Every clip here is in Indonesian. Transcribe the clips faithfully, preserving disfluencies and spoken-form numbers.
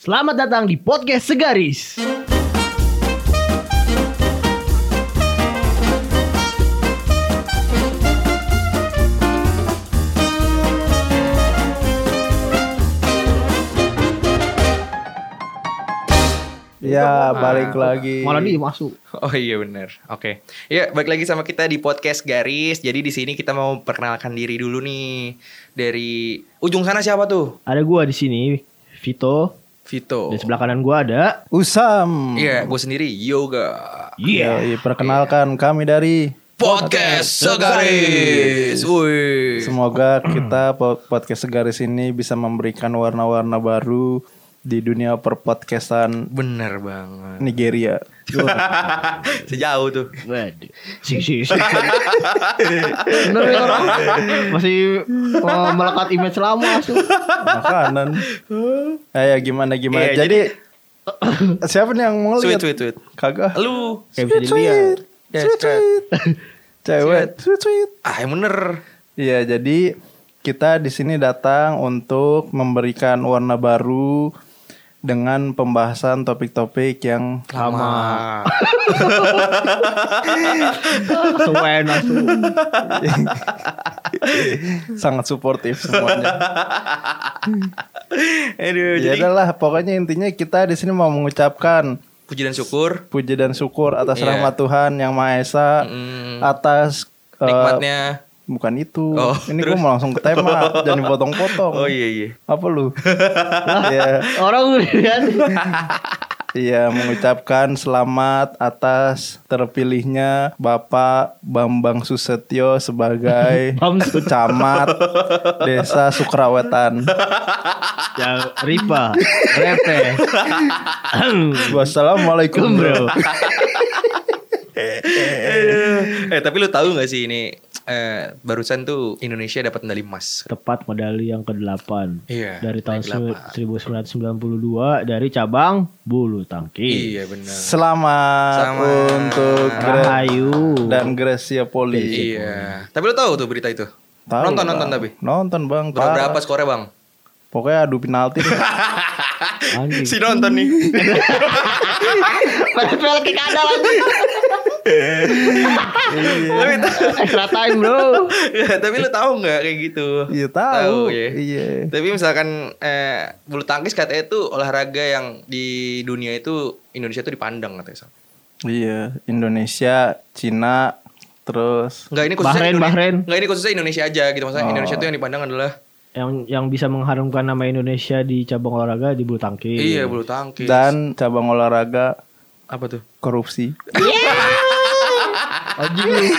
Selamat datang di Podcast Segaris. Ya, balik lagi. Malah dia masuk. Oh iya benar. Oke. Ya, balik lagi sama kita di Podcast Garis. Jadi di sini kita mau perkenalkan diri dulu nih. Dari ujung sana siapa tuh? Ada gua di sini, Vito. Vito. Di sebelah kanan gua ada Usam. Iya, gue sendiri Yoga. Iya. Yoi, perkenalkan kami dari Podcast Segaris. Wih. Semoga kita po- Podcast Segaris ini bisa memberikan warna-warna baru di dunia perpodcastan Bener banget. Nigeria. Sejauh tuh. Waduh. Si si si. Bener ya orang. Masih oh, melekat image lama tuh. Makanan. Eh, ya gimana gimana. Iya, jadi, siapa nih yang mau Sweet, lihat? sweet, sweet. Kagak. Lu. Kayak bisa dilihat. Ya, Sweet, sweet. Cewek. Sweet, sweet. Ah, yang bener. Iya, jadi kita di sini datang untuk memberikan warna baru dengan pembahasan topik-topik yang Lama. Suwen langsung. sangat suportif semuanya. Aduh, Ya jadi adalah, pokoknya intinya kita di sini mau mengucapkan puji dan syukur. puji dan syukur atas Iya. rahmat Tuhan Yang Maha Esa, Mm, atas eh, nikmatnya. bukan itu. Oh, ini gue terus? mau langsung ke tema, jangan dipotong-potong. Oh iya iya. Apa lu? Iya. Orang udah lihat. Iya, mengucapkan selamat atas terpilihnya Bapak Bambang Susetyo sebagai Bamsud. camat Desa Sukrawetan. Ya Ripa, Repe. Wassalamualaikum bro. Eh tapi lu tahu gak sih ini eh, barusan tuh Indonesia dapat medali emas. Tepat medali yang kedelapan. Iya, Dari tahun yang kedelapan. seribu sembilan ratus sembilan puluh dua dari cabang bulu tangkis. Iya benar. Selamat, Selamat. untuk Gre- Rahayu dan Gracia Poli. Iya. Tapi lu tahu tuh berita itu? Tahu, nonton Bang. nonton tapi. Nonton bang. Berapa, parah. berapa skornya bang? Pokoknya adu penalti. Anjing. Si nonton nih. Padahal kick ada lagi. Tapi Extra time bro. ya, tapi lu tahu nggak kayak gitu? Iya tahu. ya. Iya. Tapi misalkan eh, bulu tangkis katanya itu olahraga yang di dunia itu Indonesia tuh dipandang katanya. Sam. Iya. Indonesia, Cina, terus Enggak ini khususnya Bahrain, Indonesia, Bahrain. Enggak ini khususnya Indonesia aja gitu. Maksudnya Oh. Indonesia tuh yang dipandang adalah Yang yang bisa mengharumkan nama Indonesia di cabang olahraga di bulu tangkis. iya bulu tangkis. dan cabang olahraga apa tuh? korupsi. Anjing lu.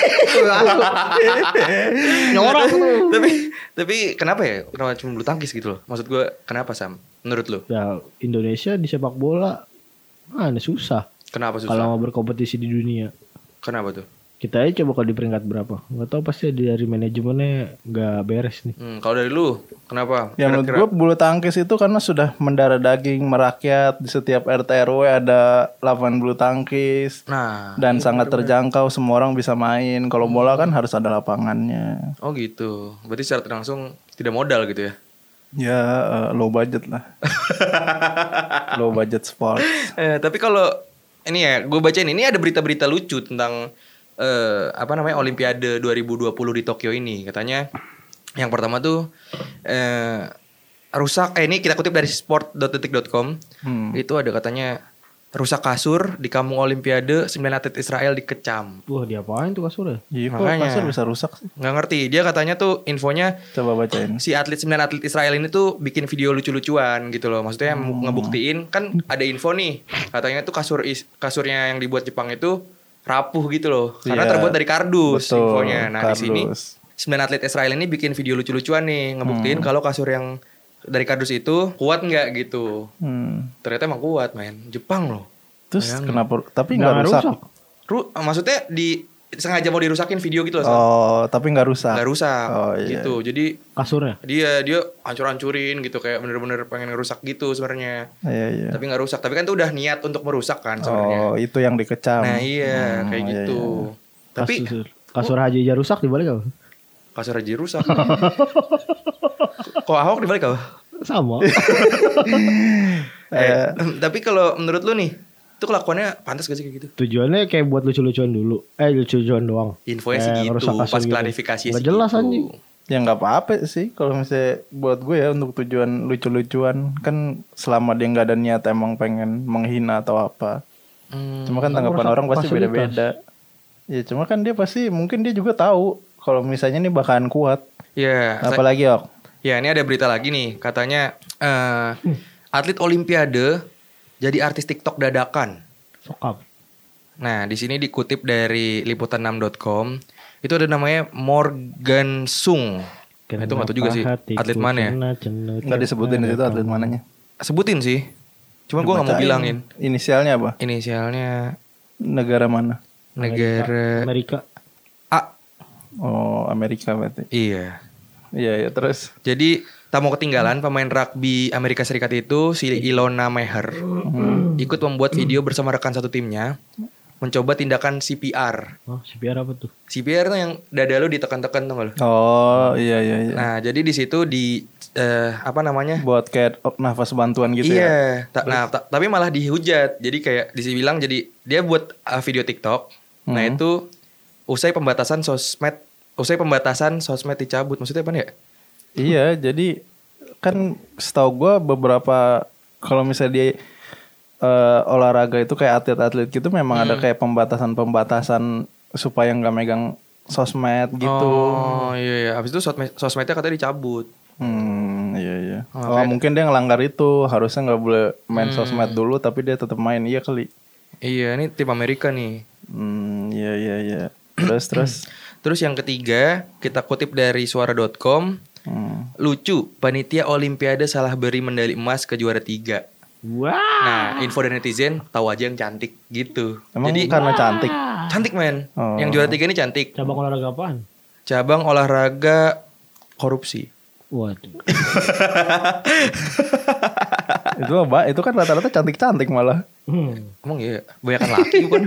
Nyorok tuh. tapi tapi kenapa ya? Kenapa cuma bulu tangkis gitu loh? Maksud gue kenapa Sam? Menurut lu? Ya Indonesia di sepak bola mana susah Kenapa susah? kalau mau berkompetisi di dunia. Kenapa tuh? Kita aja coba kalau di peringkat berapa. Gak tahu pasti dari manajemennya gak beres nih. Hmm, kalau dari lu kenapa? Ya menurut Kira-kira- gue bulu tangkis itu karena sudah mendarah daging merakyat, di setiap R T R W ada lapangan bulu tangkis Nah, dan sangat terjangkau, semua orang bisa main. Kalau bola kan harus ada lapangannya. oh gitu. Berarti secara tidak langsung tidak modal gitu ya? Ya eh, low budget lah. Low budget sport. Eh, tapi kalau ini ya, gue bacain ini ada berita-berita lucu tentang eh, apa namanya Olimpiade dua ribu dua puluh di Tokyo ini. Katanya yang pertama tuh eh, rusak. Eh ini kita kutip dari sport dot detik dot com. Hmm. Itu ada katanya rusak kasur di kampung Olimpiade, sembilan atlet Israel dikecam. Wah diapain tuh kasurnya? Iya kok Makanya. kasur bisa rusak sih. Nggak ngerti. Dia katanya tuh infonya Coba bacain. si atlet sembilan atlet Israel ini tuh bikin video lucu-lucuan gitu loh. Maksudnya Hmm. ngebuktiin kan ada info nih. Katanya tuh kasur is- kasurnya yang dibuat Jepang itu rapuh gitu loh. Karena Iya. terbuat dari kardus Betul, infonya. Nah, di sini kardus. sembilan atlet Israel ini bikin video lucu-lucuan nih ngebuktiin Hmm. kalau kasur yang dari kardus itu kuat nggak gitu. Hmm. Ternyata emang kuat, men. Jepang loh. Terus Bayangin. kenapa? Tapi Nggak nggak rusak. rusak. Ru- maksudnya di sengaja mau dirusakin video gitu loh. Sam. Oh, tapi nggak rusak. Nggak rusak Oh, iya. gitu. Jadi Kasurnya? dia dia hancur-hancurin gitu kayak bener-bener pengen ngerusak gitu sebenarnya. Iya, iya. Tapi nggak rusak. Tapi kan tuh udah niat untuk merusak kan sebenarnya. Oh, itu yang dikecam. Nah iya Hmm, kayak iya, gitu. iya. Tapi Kasur, kasur Haji aja rusak dibalik apa? kasur aja rusak. Kok Ahok dibalik apa? Sama. Eh, tapi kalau menurut lu nih, itu kelakuannya pantas gak sih kayak gitu? Tujuannya kayak buat lucu-lucuan dulu. Eh lucu-lucuan doang. Infonya sih Kayak gitu, ngerusak kasus pas gitu. klarifikasi Nggak sih jelas gitu. anjing. Ya nggak apa-apa sih kalau misalnya buat gue ya untuk tujuan lucu-lucuan kan selama dia nggak ada niat emang pengen menghina atau apa. Hmm, Cuma kan tanggapan merusak orang pasti fasilitas. beda-beda. Ya cuma kan dia pasti mungkin dia juga tahu kalau misalnya ini bakalan kuat. ya, saya- Apalagi Ok. ya ini ada berita lagi nih, katanya eh, atlet Olimpiade jadi artis TikTok dadakan. Sokap. Nah, di sini dikutip dari liputan enam dot com, itu ada namanya Morgan Sung. Nah, itu nggak tahu juga sih atlet mana ya. Nggak disebutin di situ atlet mananya. Sebutin sih, cuma gue nggak mau Bacain. bilangin. Inisialnya apa? Inisialnya Negara mana? negara Amerika. A. Oh Amerika berarti. Iya. Iya ya terus. Jadi tak mau ketinggalan pemain rugby Amerika Serikat itu si Ilona Meher ikut membuat video bersama rekan satu timnya mencoba tindakan C P R. Oh, C P R apa tuh? C P R tuh yang dada lu ditekan-tekan tuh nggak lu? Oh iya iya iya. Nah, jadi di situ di eh, apa namanya? Buat kayak oh, nafas bantuan gitu iya. ya. Ta- nah, ta- tapi malah dihujat. Jadi kayak dibilang jadi dia buat uh, video TikTok. Nah, Hmm. itu usai pembatasan sosmed, usai pembatasan sosmed dicabut. Maksudnya apa nih ya? Iya, jadi kan setahu gue beberapa kalau misalnya dia eh, olahraga itu kayak atlet-atlet gitu memang ada kayak pembatasan-pembatasan supaya nggak megang sosmed gitu. Oh, iya iya. Habis itu sosmed, sosmednya katanya dicabut. Hmm, iya iya. Oh, Oh, kayak- mungkin dia ngelanggar itu, harusnya nggak boleh main sosmed dulu tapi dia tetap main. Iya kali. Iya, ini tim Amerika nih. Hmm, iya iya iya. Terus terus. Terus yang ketiga, kita kutip dari suara dot com. Hmm. Lucu, panitia Olimpiade salah beri medali emas ke juara tiga. Wah. Nah, info dari netizen, tahu aja yang cantik gitu. Emang Jadi karena cantik. cantik men. Oh. Yang juara tiga ini cantik. Cabang olahraga apaan? Cabang olahraga korupsi. Waduh. itu apa? Itu kan rata-rata cantik-cantik malah. Hmm. Emang iya, banyakan laki bukan?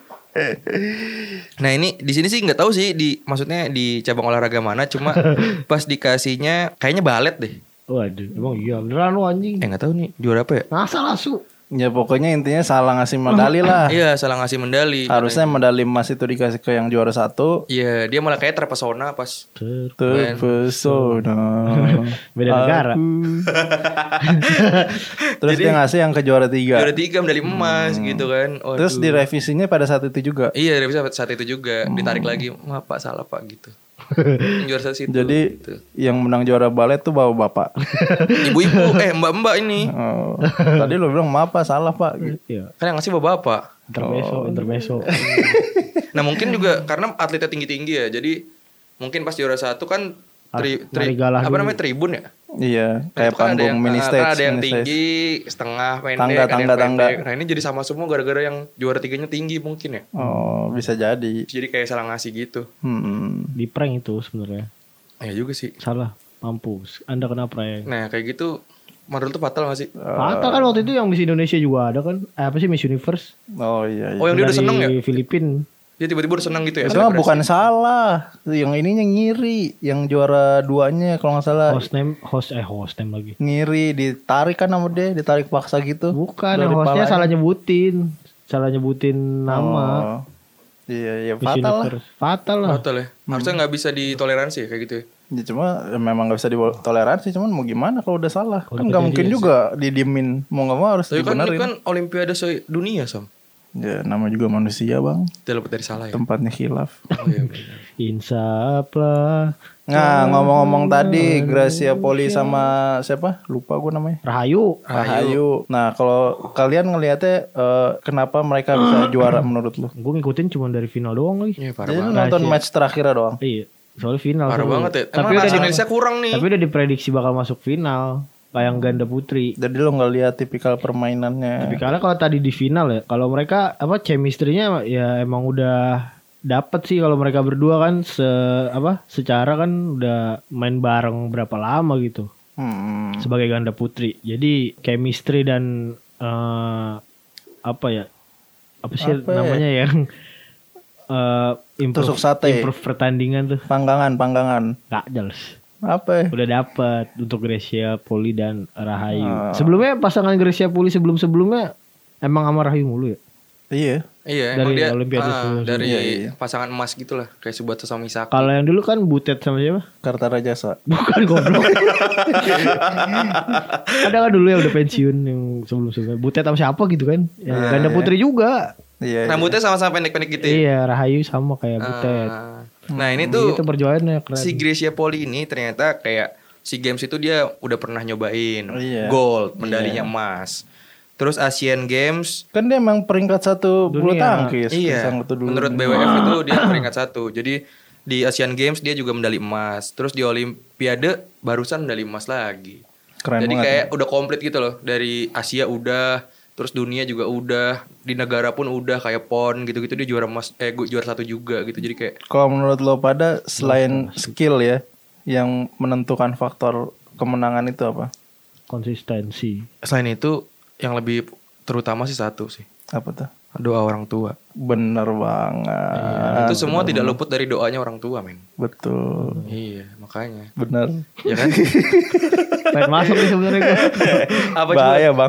Nah ini di sini sih nggak tahu sih di maksudnya di cabang olahraga mana, cuma pas dikasihnya kayaknya balet deh. Waduh, emang iya beneran lu anjing. Eh nggak tahu nih juara apa ya? Masa lasu. Ya pokoknya intinya salah ngasih medali lah. Iya salah ngasih medali. Harusnya medali emas itu dikasih ke yang juara satu. Iya dia malah kayak terpesona pas. Ter- Terpesona. Beda negara. Aku. Terus dia ngasih yang ke juara tiga. Juara tiga medali emas gitu kan. Waduh. Terus direvisinya pada saat itu juga. Iya dari saat itu juga ditarik lagi. Maaf pak salah pak gitu. Yang juara satu situ. Jadi gitu. yang menang juara balet tuh bawa bapak. Ibu-ibu eh mbak-mbak ini. Oh, tadi lo bilang maaf pak salah pak. Gitu. Iya. Kan yang ngasih bapak-bapak. Intermeso, intermeso. Nah mungkin juga karena atletnya tinggi-tinggi ya. Jadi mungkin pas juara satu kan tri, tri, Marigalah apa dulu. namanya tribun ya. Iya, Nah, kayak itu kan ada panggung yang, mini ah, stage. kan ada yang mini stage. tinggi, setengah pendek, Tangga, ada yang tangga, tangga. pendek. Nah ini jadi sama semua gara-gara yang juara tiganya tinggi mungkin ya. Oh, bisa jadi. Jadi kayak salah ngasih gitu. Hmm. Di prank itu sebenarnya. Ya juga sih. Salah. Mampus. Anda kena prank. Nah kayak gitu menurut lu fatal gak sih? Fatal kan waktu itu yang Miss Indonesia juga ada kan. Eh, apa sih Miss Universe? Oh iya. iya. Oh yang dia udah Dari seneng ya? Filipina. Dia tiba-tiba udah seneng gitu ya? Itu mah selebrasi? bukan salah, yang ininya ngiri, yang juara duanya kalau nggak salah Host name, host eh host name lagi. ngiri, ditarik kan sama dia, ditarik paksa gitu. Bukan, Dari yang hostnya palanya. salah nyebutin. Salah nyebutin nama. Oh. Iya, iya Miss fatal lah. Universe. Fatal lah. Fatal ya? Harusnya gak bisa ditoleransi ya kayak gitu ya? Ya, cuma ya, memang nggak bisa ditoleransi, cuman mau gimana kalau udah salah? Kalau Kan nggak kita mungkin jadi- juga didiemin, mau nggak mau harus Tapi kan dibenerin. ini kan olimpiade se-dunia Sam. Ya nama juga manusia bang, Kita lepas dari salah ya? tempatnya khilaf. Oh iya benar. Insaf lah. Nah ngomong-ngomong tadi Gracia Poli sama siapa? Lupa gue namanya. Rahayu. Rahayu. Nah kalau kalian ngelihatnya eh, kenapa mereka bisa juara menurut lu? Gue ngikutin cuma dari final doang lagi. Iya parah Jadi lu banget. nonton Rahasia. match terakhirnya doang. Iya. Soalnya final. Parah seru. banget ya. Tapi Emang udah, di, nasionalisnya kurang nih. tapi udah diprediksi bakal masuk final. Kayak yang ganda putri. Jadi lu nggak lihat tipikal permainannya. Tapi karena kalau tadi di final ya, kalau mereka apa chemistry-nya ya emang udah dapet sih kalau mereka berdua kan se apa secara kan udah main bareng berapa lama gitu Hmm. sebagai ganda putri. Jadi chemistry dan eh, apa ya? Apa sih Apa ya? namanya yang eh improve, Tusuk sate. improve pertandingan tuh Panggangan, panggangan. gak jelas. Apa? Udah dapat untuk Gracia Poli dan Rahayu. Oh. Sebelumnya pasangan Gracia Poli sebelum-sebelumnya emang sama Rahayu mulu ya? Iya. Iya, Dari emang dia Olimpiade ah, sebelum-sebelum. dari Iya, iya. pasangan emas gitulah, kayak sebuah sesama Misaki. Kalau yang dulu kan Butet sama siapa? Kartara Jasa. Bukan goblok. Ada kan dulu yang udah pensiun yang sebelum-sebelumnya. Butet sama siapa gitu kan? Yang Ah, ganda iya. putri juga. Iya. Rambutnya sama-sama pendek-pendek gitu ya. Iya, Rahayu sama kayak Butet. Ah. Nah, ini tuh Itu perjuangannya keren. si Gracia Poli ini ternyata kayak si games itu dia udah pernah nyobain Iya. gold, medalinya emas. Terus Asian Games Kan dia emang peringkat satu bulu Dunia. tangkis. iya, Sang itu dulu. menurut B W F itu dia peringkat satu. Jadi di Asian Games dia juga medali emas. Terus di Olimpiade barusan medali emas lagi. Keren Jadi banget. kayak udah komplit gitu loh. Dari Asia udah, terus dunia juga udah, di negara pun udah kayak pon gitu-gitu dia juara emas, eh gu- juara satu juga gitu. Jadi kayak Kalau menurut lo pada selain skill ya, yang menentukan faktor kemenangan itu apa? Konsistensi. selain itu yang lebih terutama sih satu sih, Apa tuh? doa orang tua. Bener banget. Itu semua tidak luput dari doanya orang tua, men. Betul. Iya, makanya. Bener. Ya kan? Pengen masuk nih sebenarnya gue. Apa Bahaya coba? bang.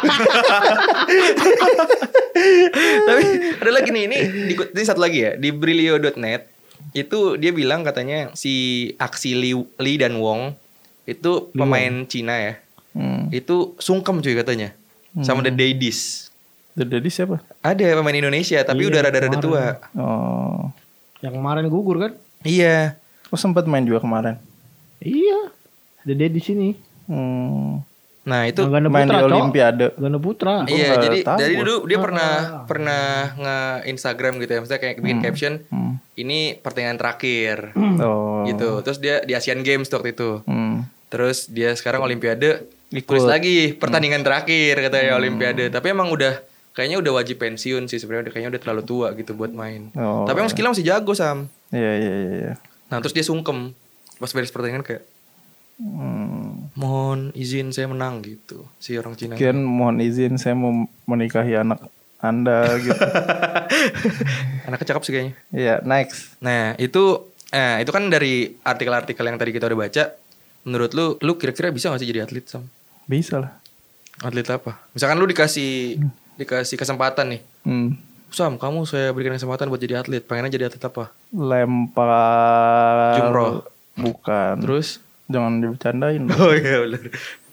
Tapi ada lagi nih, ini di, ini satu lagi ya, di brilio dot net itu dia bilang katanya si Aksi Li, Li dan Wong itu pemain Cina ya. Hmm. Itu sungkem cuy katanya. Sama The Daddies. Jadi siapa? Ada pemain Indonesia tapi Iya, udah rada-rada kemarin. tua. Oh. Yang kemarin gugur kan? Iya. Aku sempat main juga kemarin. Iya. Ada dia di sini. Hmm. Nah, itu Ganda Main di putra, Cok. Olimpiade. Ganda putra. Aku iya, nggak jadi tahu. dari dulu dia Ah. pernah pernah nge-Instagram gitu ya, maksudnya kayak bikin caption, Hmm. ini pertandingan terakhir. Oh. Gitu. Terus dia di Asian Games waktu itu. Hmm. Terus dia sekarang Olimpiade Ikut. tulis lagi pertandingan terakhir katanya Olimpiade. Tapi emang udah kayaknya udah wajib pensiun sih sebenarnya, udah- kayaknya udah terlalu tua gitu buat main. Oh. Tapi emang skillnya masih jago Sam. Iya iya iya. iya. Nah terus dia sungkem pas beres pertandingan kayak Hmm. mohon izin saya menang gitu si orang Cina. Sekian mohon izin saya mau menikahi anak Anda gitu. Anaknya cakep sih kayaknya. Iya, next. Nah itu eh itu kan dari artikel-artikel yang tadi kita udah baca. Menurut lu, lu kira-kira bisa gak sih jadi atlet Sam? Bisa lah. Atlet apa? Misalkan lu dikasih dikasih kesempatan nih. Hmm. Sam, kamu saya berikan kesempatan buat jadi atlet. Pengennya jadi atlet apa? Lempar Jumroh. Bukan. Terus? Jangan dibercandain. Oh iya benar.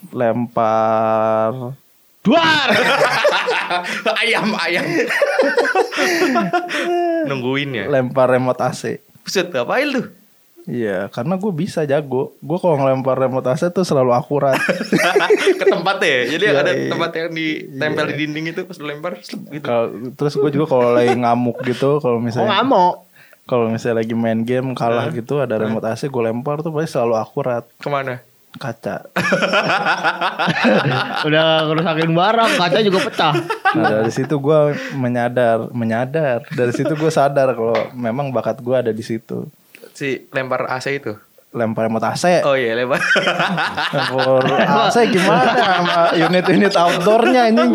Lempar Duar. ayam ayam. Nungguin ya. lempar remote A C. Buset, ngapain lu? Iya, karena gue bisa jago. Gue kalau ngelempar remote A C tuh selalu akurat. Ke tempat ya. Jadi Iya, ada iya. tempat yang ditempel di dinding itu pas lu lempar slep, gitu. Kalau terus gue juga kalau lagi ngamuk gitu, kalau Oh misalnya nggak mau. kalau misalnya lagi main game kalah gitu ada remote A C gue lempar tuh pasti selalu akurat. Kemana? Kaca. Udah ngerusakin barang, kaca juga pecah. Nah dari situ gue menyadar, menyadar. Dari situ gue sadar kalau memang bakat gue ada di situ. Si lempar A C itu. Lempar remote A C. Oh iya lempar. Lempar A C gimana sama unit-unit outdoornya ini?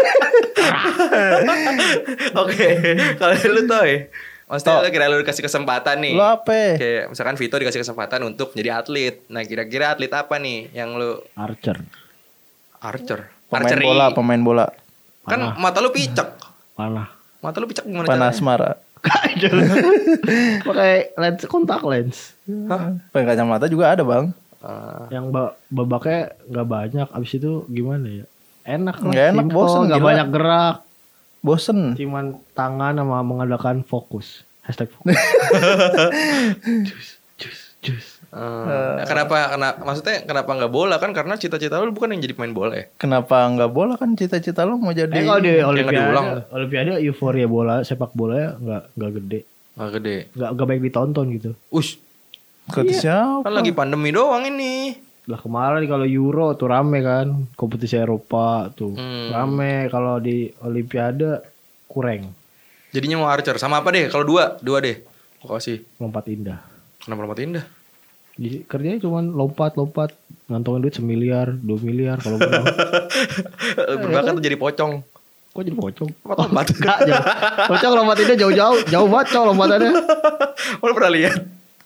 Oke, kalau lu tau ya. Maksudnya lu kira lu dikasih kesempatan nih. Lo apa? Kayak misalkan Vito dikasih kesempatan untuk jadi atlet. Nah, kira-kira atlet apa nih yang lu Archer. archer? Pemain Archery. bola, pemain bola. Kan mata lu picek. Panah. Mata lu picek gimana Panasmara. Pakai lens kontak lens. Hah? Pakai kacamata juga ada bang. Ah, Yang ba- babaknya nggak banyak. Abis itu gimana ya? Enak lah. Nggak enak, simple, bosen, nggak gila. banyak gerak. Bosen. Cuman tangan sama mengadakan fokus. Hashtag fokus. Jus, jus, jus. ah. Kenapa? Kenapa? Maksudnya kenapa nggak bola kan? Karena cita-cita lu bukan yang jadi pemain bola ya? Kenapa nggak bola kan cita-cita lu mau jadi? Eh kalau di nggak Olimpiade, diulang. Olimpiade euforia bola, sepak bola nggak nggak gede, Nggak gede. nggak nggak baik ditonton gitu. Ush, Kata siapa? kan lagi pandemi doang ini. Lah kemarin kalau Euro tuh rame kan, kompetisi Eropa tuh Hmm. rame. Kalau di Olimpiade kurang, Jadinya mau archer sama apa deh? Kalau dua, dua deh. Kok kasih? lompat indah. Kenapa lompat indah? Jadi kerjanya cuma lompat-lompat, ngantongin duit semiliar, dua miliar kalau menang. Berbakat tuh jadi pocong. Kok jadi pocong? Lompat. Enggak, jauh. Pocong lompat indah jauh-jauh, jauh banget cowok lompatannya. Lo pernah lihat?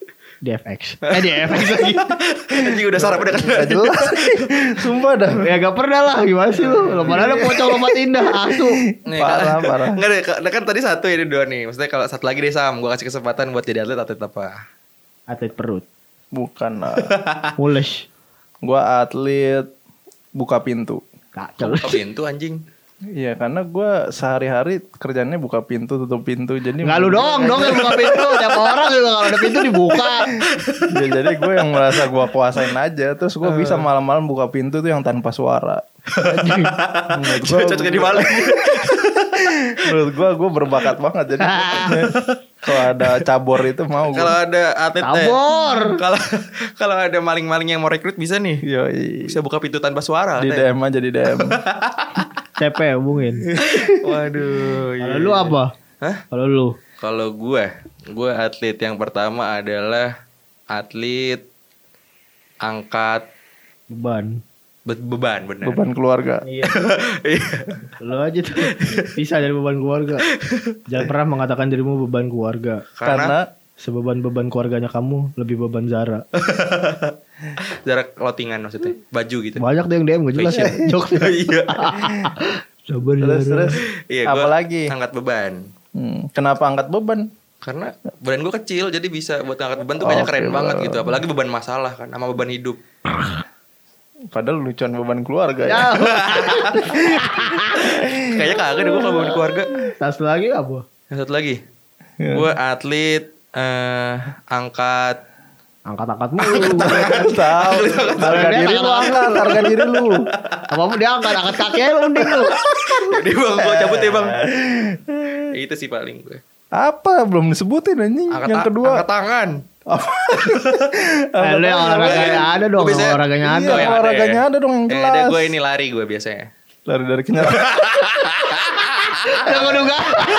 Di F X. Eh di F X lagi. Anjing udah sarap udah kan. Gak jelas. Sumpah dah. Ya gak pernah lah. Gimana sih lu? Lo mana ada pocong lompat indah. Asu. Nih, Parah, kan, parah. Enggak deh, kan kan tadi satu ini dua nih. Maksudnya kalau satu lagi deh Sam, gua kasih kesempatan buat jadi atlet atlet apa? Atlet perut. Bukan lah. Mules. Gua atlet buka pintu. Kacau. Buka pintu anjing. Iya karena gue sehari-hari kerjanya buka pintu tutup pintu jadi Nggak lu doang dong yang buka pintu. Tiap orang juga kalau ada pintu dibuka. ya, jadi gue yang merasa gue kuasain aja terus gue bisa malam-malam buka pintu tuh yang tanpa suara. Menurut gue Cocok di malam. menurut gue gue berbakat banget jadi kalau ada cabor itu mau Kalau ada atlet deh. Cabor. Kalau kalau ada maling-maling yang mau rekrut bisa nih. Yoi. Bisa buka pintu tanpa suara. Di katanya. D M aja di D M. C P hubungin. Waduh. Kalau lu apa? Hah? Kalau lu? Kalau gue, gue atlet yang pertama adalah atlet angkat Beban. be- beban benar. Beban keluarga. Iya. Lu aja tuh bisa dari beban keluarga. Jangan pernah mengatakan dirimu beban keluarga. Karena, Karena Sebeban-beban keluarganya kamu lebih beban Zara. jarak clothingan maksudnya, baju gitu. Banyak deh yang D M gak jelas ya. Jokes. Iya. Sabar terus Zara. terus Iya, apa gua lagi? angkat beban. Hmm, kenapa angkat beban? Karena badan gue kecil jadi bisa buat angkat beban tuh kayaknya Oke, keren banget bro. gitu. Apalagi beban masalah kan sama beban hidup. Padahal lucuan beban keluarga ya. Ya. Kayaknya kagak deh gue kalau beban keluarga. Satu lagi apa? Yang satu lagi. Ya. Gue atlet eh angkat Angkat-angkat mulu. Tahu. Harga Dia diri lu angkat, harga diri lu. Apa-apa dia angkat, angkat kaki aja lu mending lu. Jadi bang gue cabut ya bang. Itu sih paling gue. Apa belum disebutin anjing? Angkat Yang ta- kedua. angkat tangan. Eh, lu yang olahraganya ada dong, Gua biasanya- olahraganya ada. Iya, yang olahraganya ya. ada dong yang Yang jelas. ada gue ini lari gue biasanya. Lari dari kenyataan. Ya gua duga.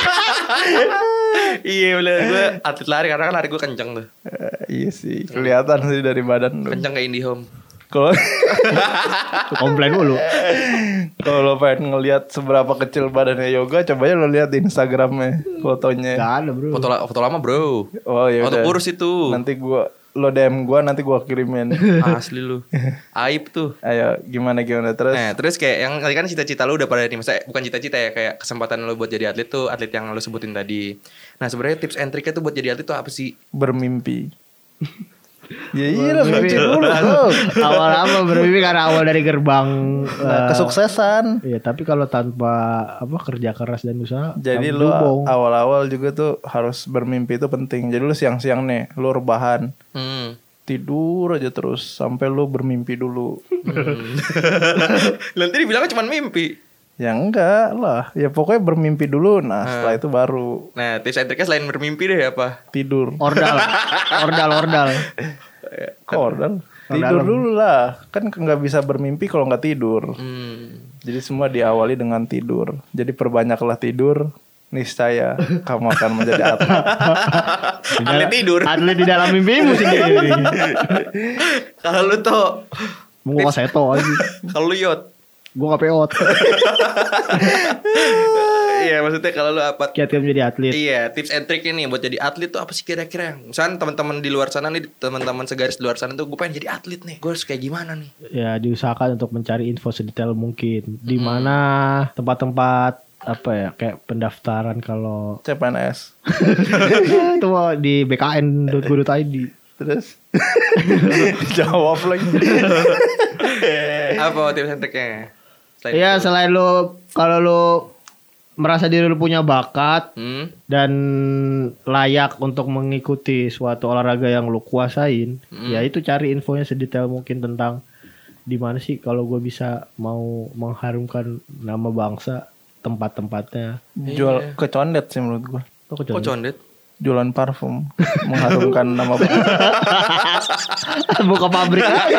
Iya bener gue atlet lari karena kan lari gue kenceng tuh. Iya sih, kelihatan sih dari badan lu. Kenceng kayak IndiHome. Kalau Komplain mulu. kalau lo pengen ngelihat seberapa kecil badannya Yoga, coba aja lo lihat di Instagramnya fotonya. Gak ada bro. Foto, la- foto lama bro. Oh iya. Foto udah. kurus itu. Nanti gua lo D M gua nanti gua kirimin. Asli lu. Aib tuh. Ayo gimana gimana terus? Nah terus kayak yang tadi kan cita-cita lu udah pada nih. Maksudnya bukan cita-cita ya. Kayak kesempatan lu buat jadi atlet tuh. Atlet yang lu sebutin tadi. Nah sebenarnya tips and triknya tuh buat jadi atlet tuh apa sih? Bermimpi. Ya iya lah mimpi dulu tuh. Awal apa bermimpi karena awal dari gerbang Nah, eh, kesuksesan. Iya tapi kalau tanpa apa kerja keras dan usaha. Jadi kamu lu dubong. awal-awal juga tuh harus bermimpi itu penting. Jadi lu siang-siang nih, lu rebahan, Hmm. tidur aja terus sampai lu bermimpi dulu. Hmm. Nanti dibilangnya cuma mimpi. Ya enggak lah, ya pokoknya bermimpi dulu. Nah setelah itu baru Nah tips and triknya selain bermimpi deh apa? tidur. Ordal, ordal, ordal. Kok ordal? Ordal. Tidur dulu lah. Kan nggak bisa bermimpi kalau nggak tidur. Hmm. Jadi semua diawali dengan tidur. Jadi perbanyaklah tidur. Niscaya kamu akan menjadi atlet. Atlet tidur. Atlet di dalam mimpimu sendiri. Kalau lu tuh, Mau gua seto aja. kalau lu yot. Gua gak peot. Iya maksudnya kalau lu apa? Kiat-kiat menjadi atlet. Iya tips and trick ini buat jadi atlet tuh apa sih kira-kira? Misalnya teman-teman di luar sana nih, teman-teman segaris di luar sana tuh gue pengen jadi atlet nih. Gue harus kayak gimana nih? Ya diusahakan untuk mencari info sedetail mungkin. Di mana tempat-tempat apa ya kayak pendaftaran kalau C P N S. itu mah di b k n dot go dot i d. Terus jawab lagi. Apa tips and tricknya? Selain Iya itu. selain lu kalau lu merasa diri lu punya bakat Hmm? dan layak untuk mengikuti suatu olahraga yang lu kuasain, ya itu cari infonya sedetail mungkin tentang di mana sih kalau gue bisa mau mengharumkan nama bangsa, tempat-tempatnya. Jual kecondet sih menurut gua. Oh, Kok condet? Jualan parfum mengharumkan nama bangsa. buka pabrik.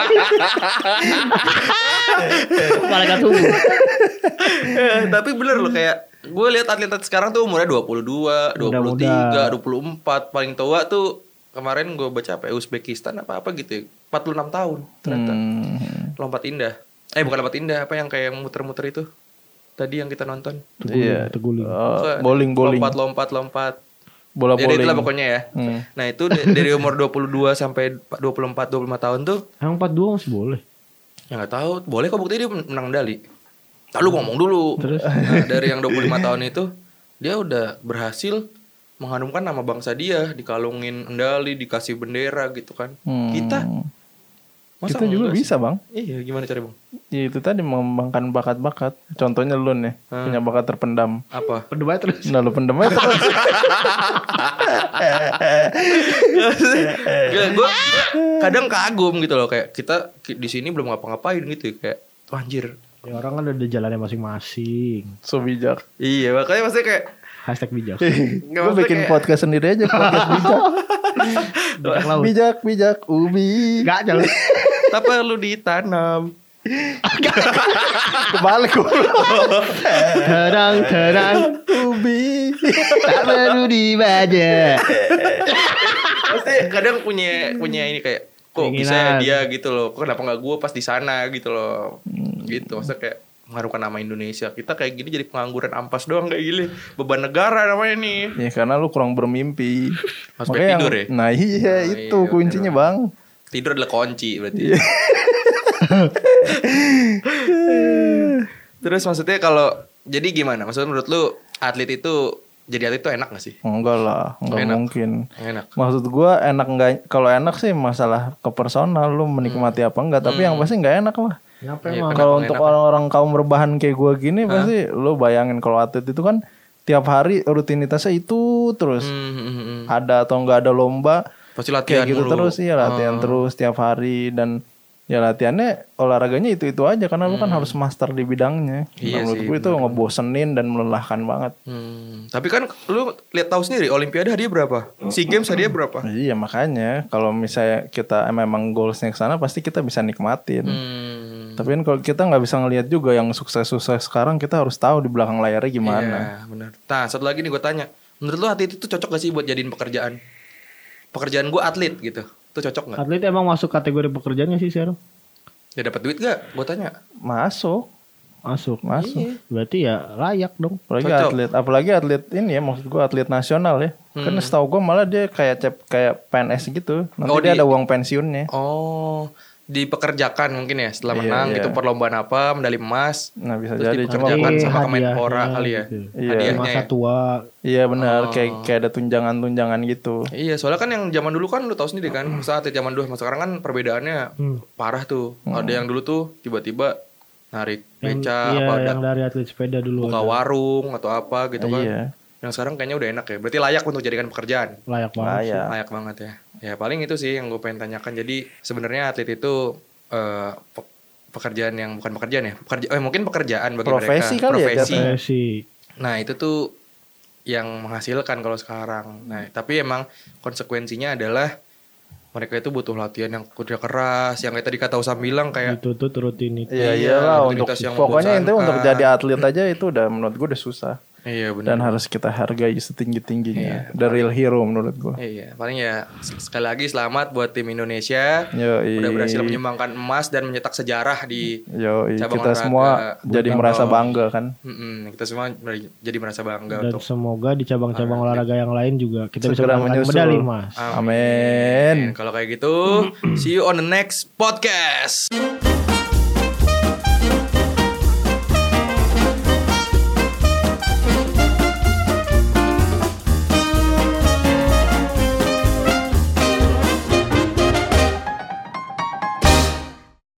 Malaikat subuh. Eh, tapi bener loh kayak gue lihat atlet-atlet sekarang tuh umurnya dua puluh dua, dua puluh tiga, dua puluh empat, paling tua tuh kemarin gue baca apa ya, Uzbekistan apa apa gitu ya, empat puluh enam tahun ternyata. Hmm. Lompat indah. Eh bukan lompat indah, apa yang kayak yang muter-muter itu. Tadi yang kita nonton. Iya. Teguling. Oh, Bukan. bowling bowling. Lompat lompat lompat. Bola Ya bowling. itulah pokoknya ya. Hmm. Nah itu d- dari umur dua puluh dua sampai dua puluh empat dua puluh lima tahun tuh Yang empat dua masih boleh. ya nggak tahu boleh kok buktinya dia menang medali. Lalu ngomong dulu. Terus? Nah, dari yang dua puluh lima tahun itu dia udah berhasil mengharumkan nama bangsa dia, dikalungin medali, dikasih bendera gitu kan. Hmm. Kita masa Kita juga enggak sih? bisa bang. Iya, gimana cara bang? Ya itu tadi mengembangkan bakat-bakat. Contohnya lu nih Hmm. punya bakat terpendam. Apa? Pendebat terus. Nah lu pendem aja terus. Gue kadang kagum gitu loh kayak kita ki- di sini belum ngapa-ngapain gitu ya. Kayak "Wah, anjir. Ya, orang kan ada jalannya masing-masing. So bijak. Iya, makanya maksudnya kayak Hashtag bijak. nggak Gue maksudnya bikin kayak- podcast sendiri aja. Podcast bijak. Bijak laut. Bijak, bijak, ubi. Enggak jalan. tak perlu ditanam. Kebalik gue. Terang terang Ubi. tak perlu dibaca. Maksudnya kadang punya punya ini kayak kok bisa ya Keinginan. dia gitu loh. Kok kenapa nggak gue pas di sana gitu loh. Gitu. Maksudnya kayak mengharumkan nama Indonesia. Kita kayak gini jadi pengangguran ampas doang kayak gini. Beban negara namanya nih. Ya karena lu kurang bermimpi. Mas Makanya yang- tidur ya? Nah iya Oh, itu iya, kuncinya bener. bang. Tidur adalah kunci berarti. Iya. Terus maksudnya kalau jadi gimana? Maksudnya menurut lu atlet itu jadi atlet itu enak gak sih? Enggak lah, enggak Enak. mungkin. Enak. Maksud gua enak enggak, kalau enak sih masalah ke personal lu menikmati apa enggak, tapi yang pasti enggak enak lah. Kenapa Iya, emang? kenapa Kalau nggak untuk enak? orang-orang kaum berbahan kayak gua gini pasti lu bayangin kalau atlet itu kan tiap hari rutinitasnya itu terus. Hmm, hmm, hmm, hmm. Ada atau enggak ada lomba Pasti latihan kayak gitu mulu. terus ya latihan Oh. terus tiap hari dan ya latihannya olahraganya itu-itu aja karena lu kan harus master di bidangnya. Hmm. Iya Nah, menurut sih, gue itu ngebosenin dan melelahkan banget. Hmm. Tapi kan lu lihat tahu sendiri Olimpiade hadiah berapa? SEA Games hadiah berapa? Iya makanya kalau misalnya kita memang goalsnya ke sana pasti kita bisa nikmatin. Hmm. Tapi kan kalau kita nggak bisa ngelihat juga yang sukses-sukses sekarang kita harus tahu di belakang layarnya gimana. Iya, benar. Nah, satu lagi nih gue tanya. Menurut lu atlet itu cocok gak sih buat jadiin pekerjaan? Pekerjaan gue atlet gitu. Itu cocok gak? Atlet emang masuk kategori pekerjaannya sih sekarang? Dia dapat duit gak? Gue tanya. Masuk, Masuk. masuk. Iya. Berarti ya layak dong. Apalagi Cocok. atlet, apalagi atlet ini ya maksud gue atlet nasional ya. Kan setahu gue malah dia kayak cep, kayak P N S gitu. Nanti Oh, dia di- ada uang pensiunnya. Oh, dipekerjakan mungkin ya setelah Iya, menang iya. gitu perlombaan apa, medali emas. Nah bisa Terus jadi cuma dipekerjakan gua- sama hadiahnya Kemenpora kali ya. gitu. Iya. Hadiahnya Masa ya. tua. Iya benar Oh. kayak kayak ada tunjangan-tunjangan gitu. Iya, soalnya kan yang zaman dulu kan lu tahu sendiri kan, masa atlet zaman dulu sama sekarang kan perbedaannya Hmm. parah tuh. Ada yang dulu tuh tiba-tiba narik Yang, beca iya, apa yang ada dari atlet sepeda dulu buka ada. warung atau apa gitu kan. Iya. Yang sekarang kayaknya udah enak ya. Berarti layak untuk jadikan pekerjaan. Layak banget. sih. Layak. Layak banget ya. Ya paling itu sih yang gue pengen tanyakan. Jadi sebenarnya atlet itu eh, pe- pekerjaan yang bukan pekerjaan ya. Pekerja, eh, mungkin pekerjaan bagi Profesi mereka. kali ya Profesi. jatuhnya. Saya sih Nah itu tuh yang menghasilkan kalau sekarang. Nah tapi emang konsekuensinya adalah mereka itu butuh latihan yang kerja keras, yang kayak tadi kata Usam bilang kayak dituntut rutinitas. Iya Iya, iyalah untuk rutinitas yang pokoknya itu untuk membosankan. jadi atlet aja itu udah menurut gue udah susah iya dan benar. harus kita hargai setinggi tingginya. Iya, The real hero menurut gue. Iya, paling ya sekali lagi selamat buat tim Indonesia. Yoi. Udah berhasil menyumbangkan emas dan mencetak sejarah di Yo cabang kita olahraga. semua jadi Bulu merasa tangkis. bangga kan. Mm-mm, kita semua jadi merasa bangga Dan untuk semoga di cabang-cabang olahraga yang lain juga kita bisa Segera mendapatkan menyusul. medali emas. Amin. Kalau kayak gitu, see you on the next podcast.